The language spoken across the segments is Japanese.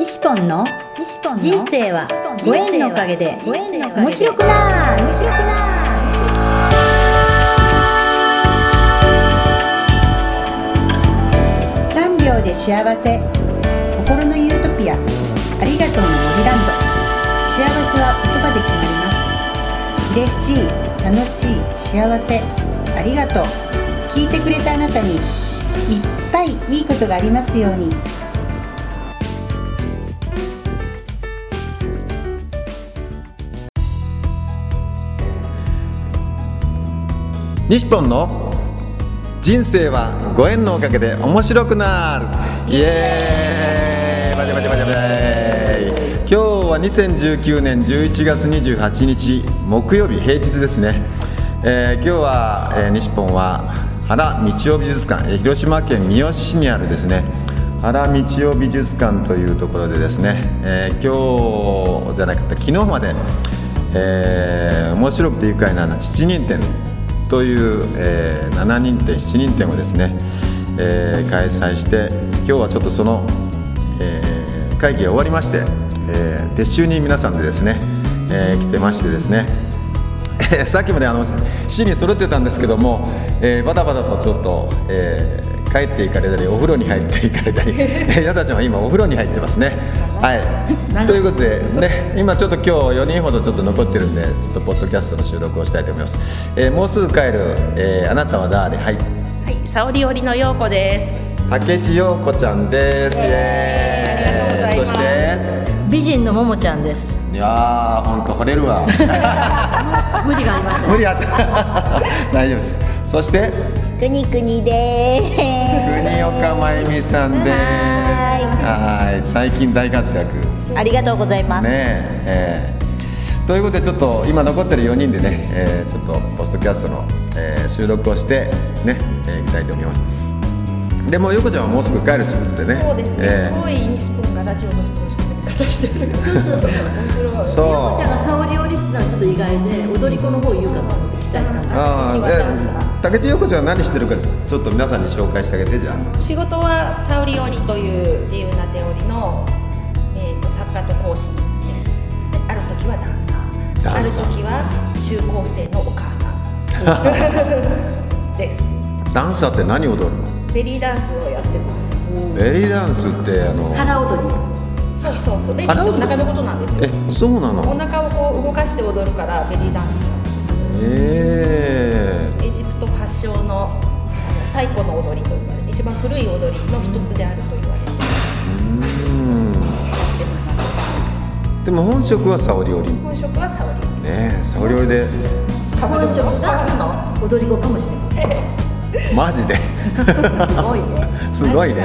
西ポンの人生はご縁のおかげで面白くなる。3秒で幸せ、心のユートピア、ありがとうの森ランド。幸せは言葉で決まります。嬉しい、楽しい、幸せ、ありがとう。聞いてくれたあなたにいっぱいいいことがありますように。 西ポンの人生はご縁のおかげで面白くなる。イエーイ、バチバチバチバチ。今日は2019年11月28日木曜日、平日ですね。今日は、西ポンは原道夫美術館、広島県三次市にあるですね原道夫美術館というところでですね、今日じゃなくて昨日まで、面白くて愉快な7人展という、7人展7人展をですね、開催して、今日はちょっとその、会議が終わりまして、撤収に皆さんでですね、来てましてですね、さっきまで市に揃ってたんですけども、バタバタとちょっと、帰っていかれたりお風呂に入っていかれたり矢田ちゃんは今お風呂に入ってますね。はい、ということでね、今ちょっと今日4人ほどちょっと残ってるんで、ちょっとポッドキャストの収録をしたいと思います。もうすぐ帰る、あなたは誰？はい、 沙織織の陽子です。 竹地陽子ちゃんです。そして美人のももちゃんです。 いやー、ほんと惚れるわ無理がありましたね。 無理あった大丈夫です。そしてくにくにでーす。 国岡真由美さんです。はい、最近大活躍ありがとうございますね。ということでちょっと今残ってる4人でね、ちょっとポストキャストの、収録をしてね、いきたいと思います。でも横ちゃんはもうすぐ帰るということでね。 そうですね、すごい西ポンがラジオの人をしてしてる。 そう。 陽子ちゃんが沙織織ってのはちょっと意外で、踊り子の方言うかと思って期待したんですけど、 竹地陽子ちゃんは何してるかちょっと皆さんに紹介してあげて。じゃあ仕事は沙織織という自由な手織りの、作家と講師です。である時はダンサー、ある時は中高生のお母さんですダンサーって何踊るの？ ベリーダンスをやってます。 ベリーダンスって腹踊り。 そうベリーってお腹のことなんですよ。 そうなの？ お腹をこう動かして踊るからベリーダンスなんです。エジプト発祥の最古の踊りと言われて、一番古い踊りの一つであると言われてでも本職は沙織織。 本職は沙織織ね。沙織織で本職が踊り子かもしれない。 マジですごいね。 すごいね、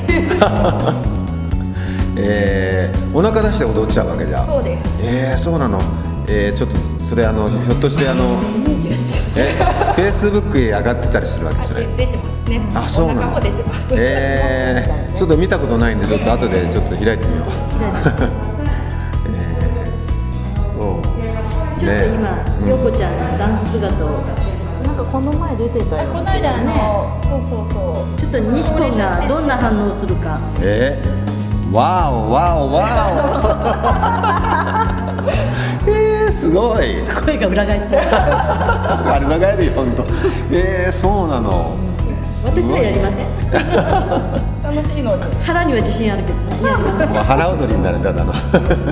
お腹出して踊っちゃうわけじゃ。 そうです。 そうなの。ちょっとそれひょっとしてイメージが違う。 Facebook へ上がってたりするわけそれ。 出てますね。 あ、そうなの。 お腹も出てます。 ちょっと見たことないんで、ちょっと後でちょっと開いてみよう。 ちょっと今、陽子ちゃんのダンス姿をなんかこの前出てたよ。 この間そうちょっと西ポンがどんな反応するか。 わおすごい。 声が裏返ってる。 あれ裏返るよ本当。そうなの。 私はやりません。 楽しいのに。 腹には自信あるけどやりません。 腹踊りになるただの。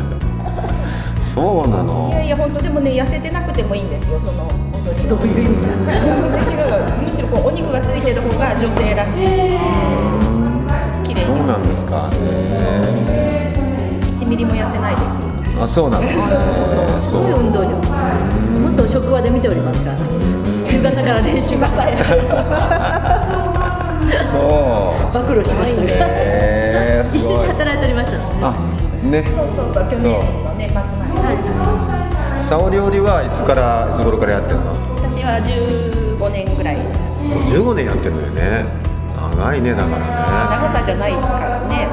そうなの。 いや本当でもね、痩せてなくてもいいんですよ、その踊り。 どういう意味じゃん。 違う、むしろこうお肉がついてる方が女性らしい。綺麗。 そうなんですか。 1ミリも痩せないです。 あ、そうなの。 すごい運動量。もっと職場で見ておりますから。夕方から練習が早い。 そう。 暴露しましたね。一緒に働いておりました。 あ、ね。 そう去年の年末まで。 沙織織はいつ頃からやってるの？ 私は15年ぐらいです。 15年やってるのよね。長いね、だからね。 長さじゃないからね。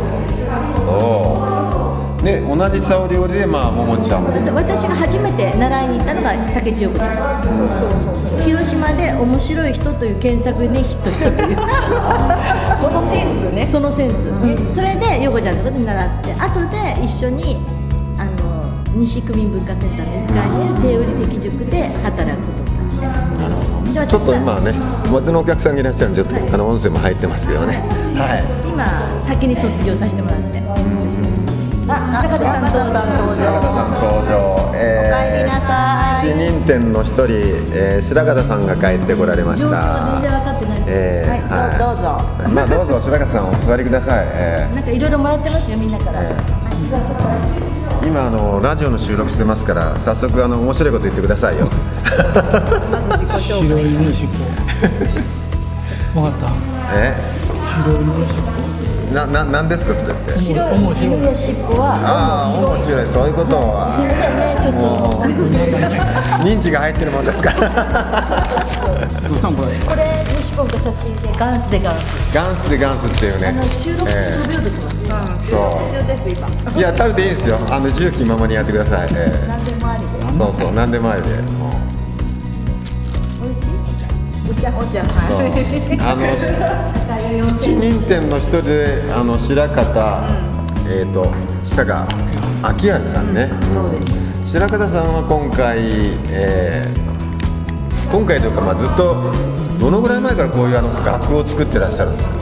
そうね、同じ沙織織でももちゃんも。 私が初めて習いに行ったのが竹地陽子ちゃん。広島で面白い人という検索でヒットしたという。 そのセンスね。 そのセンス、それで陽子ちゃんとかで習って後で一緒に西区民文化センターの1階にある手売り的塾で働くことになって、 ちょっと今はね別のお客さんがいらっしゃるんでちょっと音声も入ってますけどね、はい、 今先に卒業させてもらって、白方さん登場。 おかえりなさい。 試認店の一人、白方さんが帰ってこられました。 状況は全然分かってないんで、 はい、どうぞ。 まあどうぞ白方さんお座りください。 なんかいろいろもらってますよみんなから。 今ラジオの収録してますから早速面白いこと言ってくださいよ。 まず自己紹介。 白い犬の尻尾。分かった。白い犬の尻なんですかそれって。 白い犬の尻尾は面白い、そういうことはすみませんね、ちょっと認知が入ってるもんですか。 尾。どうしたんこれ。 これ西ポンと差し入れガンスでガンス。 ガンスでガンスっていうね、 収録中5秒ですもんね。 そう途中です今。 いや食べていいですよ、自由気ままにやってください。 何でもありです。 そう何でもありで、も美味しい？お茶そう七人店の人で白方、下が秋春さんね。白方さんは今回というか、ずっとどのぐらい前からこういう楽を作ってらっしゃるんですか。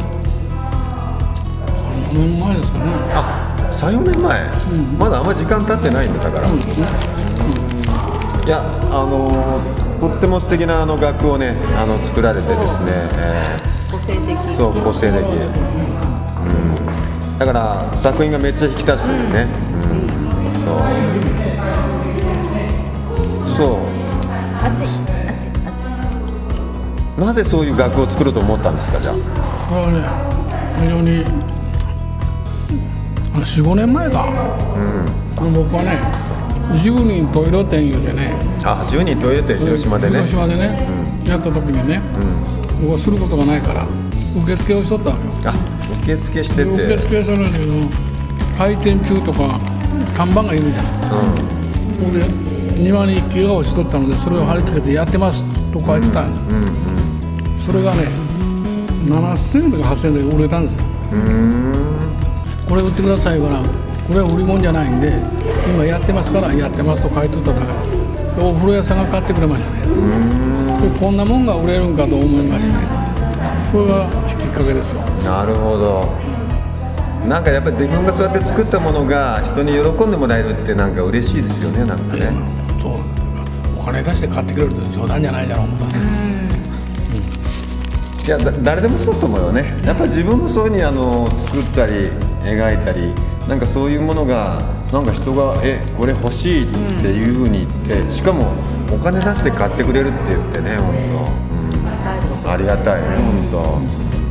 4年前ですかね。 3、4年前、まだあんまり時間経ってないんだから、いやとっても素敵な楽をね作られてですね、 個性的。 そう個性的、だから作品がめっちゃ引き立つというね、そう熱い。 なぜそういう楽を作ろうと思ったんですか。じゃあこれはね、非常に4、5年前か、僕はね10人トイレ店いうてね、 10人トイレ店広島でね、 やった時にね、僕はすることがないから受付をしとったわけよ。 受付してて、 受付するんだけど開店中とか看板がいるじゃん、ほんで庭に木が落ちとったのでそれを貼り付けてやってますと書いてたんです、それがね7000円とか8000円で売れたんですよ。これ売ってくださいから、これは売り物じゃないんで今やってますからやってますと書いてただから、お風呂屋さんが買ってくれましたね。でこんなもんが売れるんかと思いましてね、これがきっかけですよ。 なるほど。なんかやっぱり自分がそうやって作ったものが人に喜んでもらえるってなんか嬉しいですよね。なんかね、 そうお金出して買ってくれるって冗談じゃないだろう思ったね。 いや誰でもそうと思うよね。やっぱり自分のそういうふうに作ったり描いたり、なんかそういうものがなんか人がこれ欲しいっていうふうに言って、しかもお金出して買ってくれるって言ってね、本当、ありがたいね、本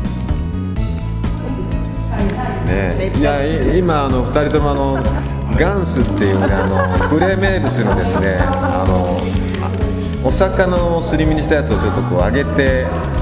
当。ね、いや今2人ともガンスっていうね呉名物のですねお魚をすり身にしたやつをちょっとこう揚げて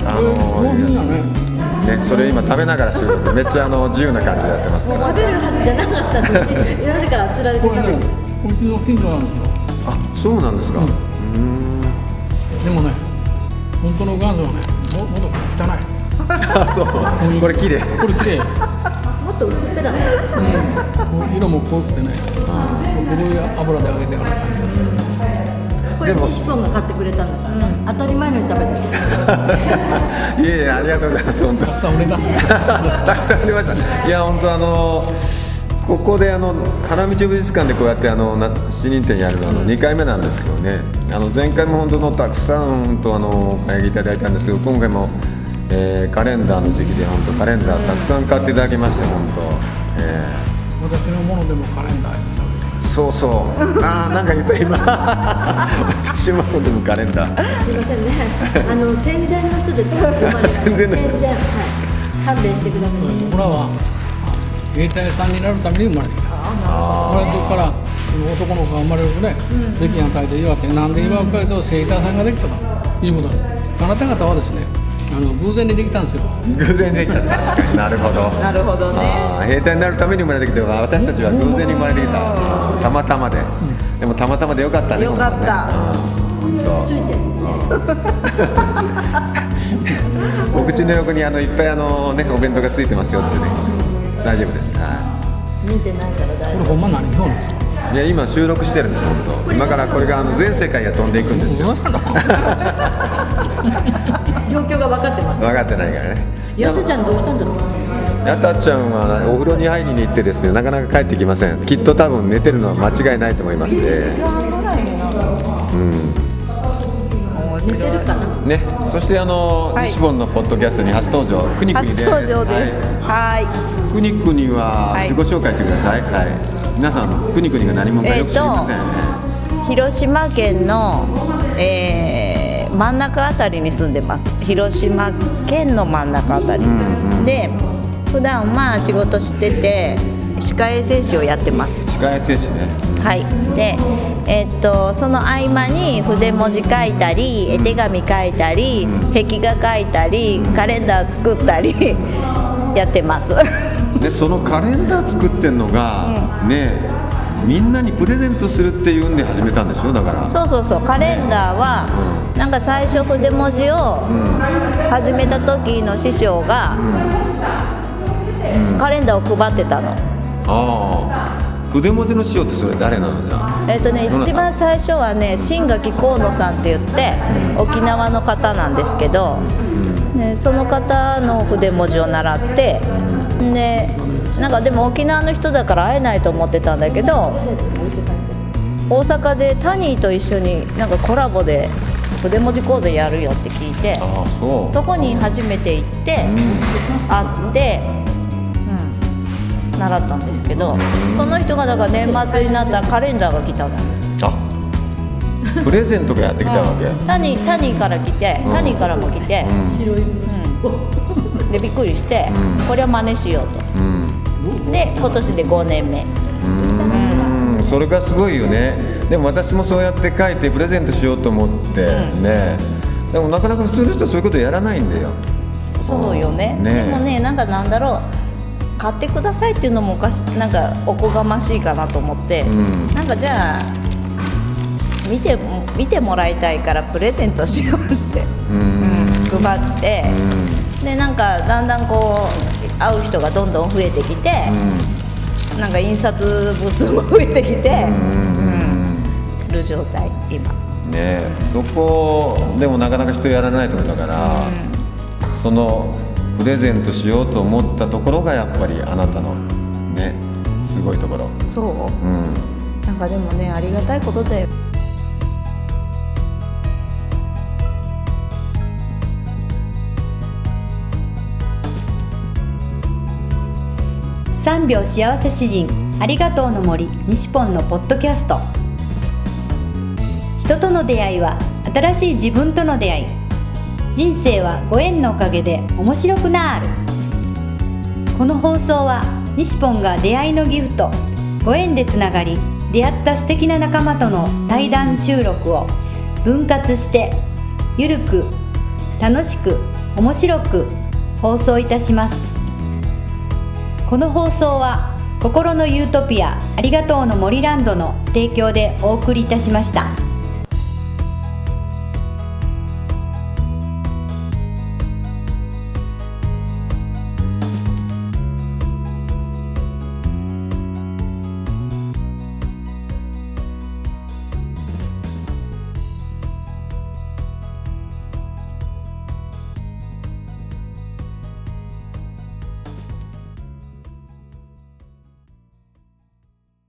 ね、それ今食べながら収録めっちゃ自由な感じでやってますから。 食べるはずじゃなかったんですね。なぜか釣られて食べて。 こっちの近所なんですよ。 そうなんですか。 でもね、本当の元祖はね、もっと汚い。 そうこれ綺麗。 これ綺麗。 もっと薄っぺらい。 色も濃くてね、古い油で揚げてから感じがする。 これ西ポンが買ってくれたんだから、当たり前のように食べてる。 いやいや、ありがとうございます。本当。 たくさん売れた。 たくさん売れました。いや本当ここで花道美術館でこうやって試認店やるのは2回目なんですけどね。前回も本当のたくさんとお買い上げいただいたんですけど、今回も、カレンダーの時期で本当カレンダーたくさん買っていただきまして本当。 私のものでもカレンダー。 そうそう。なんか言った今。私もでもカレンダー。 すいませんね。戦前の人ですか。 戦前の人。 はい。勘弁してください。 僕らは兵隊さんになるために生まれてきた。これはどこから男の子が生まれるとね、歴が書いて岩手なんで岩を書いて兵隊さんができたということで、あなた方はですね、偶然にできたんですよ。 偶然にできた。確かになるほど。 なるほどね。 兵隊になるために生まれてきて、私たちは偶然に生まれてきた。たまたまで。でもたまたまでよかったね。 よかった。 とついてるお口の横にいっぱいお弁当がついてますよってね、大丈夫です。 見てないから大丈これほんま何そうですか。 いや今収録してるんですよ本当。今からこれが全世界が飛んでいくんですよ。 夫。状況が分かってます。 分かってないからね。 やたちゃんどうしたんだろう。 やたちゃんはお風呂に入りに行ってですね、なかなか帰ってきません。きっと多分寝てるのは間違いないと思いますね。 寝てるかな。 ね、そして西本のポッドキャストに初登場、くにくにです。 初登場です。はい。 くにくには自己紹介してください。はい。皆さんくにくにが何者かよく知りませんね。 広島県の、真ん中あたりに住んでます。広島県の真ん中あたり、で普段は仕事してて歯科衛生士をやってます。 歯科衛生士ね。 はい。でその合間に筆文字書いたり、絵手紙書いたり、壁画書いたり、カレンダー作ったりやってますでそのカレンダー作ってんのが、ね、みんなにプレゼントするっていうんで始めたんでしょ。だからそうカレンダーは、なんか最初筆文字を始めた時の師匠が、カレンダーを配ってたの。 筆文字の師匠ってそれ誰なのじゃ。 一番最初はね、新垣河野さんって言って沖縄の方なんですけど、その方の筆文字を習って、でなんかでも沖縄の人だから会えないと思ってたんだけど、大阪でタニーと一緒になんかコラボで筆文字講座やるよって聞いて、そこに初めて行って会って、習ったんですけど、その人がだから年末になったらカレンダーが来たの。 プレゼントがやってきたわけ。 タニーから来て、タニーからも来て、でびっくりして、これを真似しようと、で今年で5年目。 それがすごいよね。でも私もそうやって書いてプレゼントしようと思ってね、でもなかなか普通の人はそういうことやらないんだよ。 そうよね。でもね、なんだろう、買ってくださいっていうのもなんかおこがましいかなと思って、なんかじゃあ見てもらいたいからプレゼントしようって配って、でなんかだんだんこう会う人がどんどん増えてきて、なんか印刷部数も増えてきてる状態今ね。そこでもなかなか人やらないところだから、そのプレゼントしようと思ったところがやっぱりあなたのね、すごいところ。 そう、なんかでもね、ありがたいことだよ。 3秒幸せ詩人ありがとうの森西ポンのポッドキャスト。人との出会いは新しい自分との出会い。人生はご縁のおかげで面白くなる。この放送は西ポンが出会いのギフト、ご縁でつながり出会った素敵な仲間との対談収録を分割してゆるく楽しく面白く放送いたします。この放送は心のユートピアありがとうの森ランドの提供でお送りいたしました。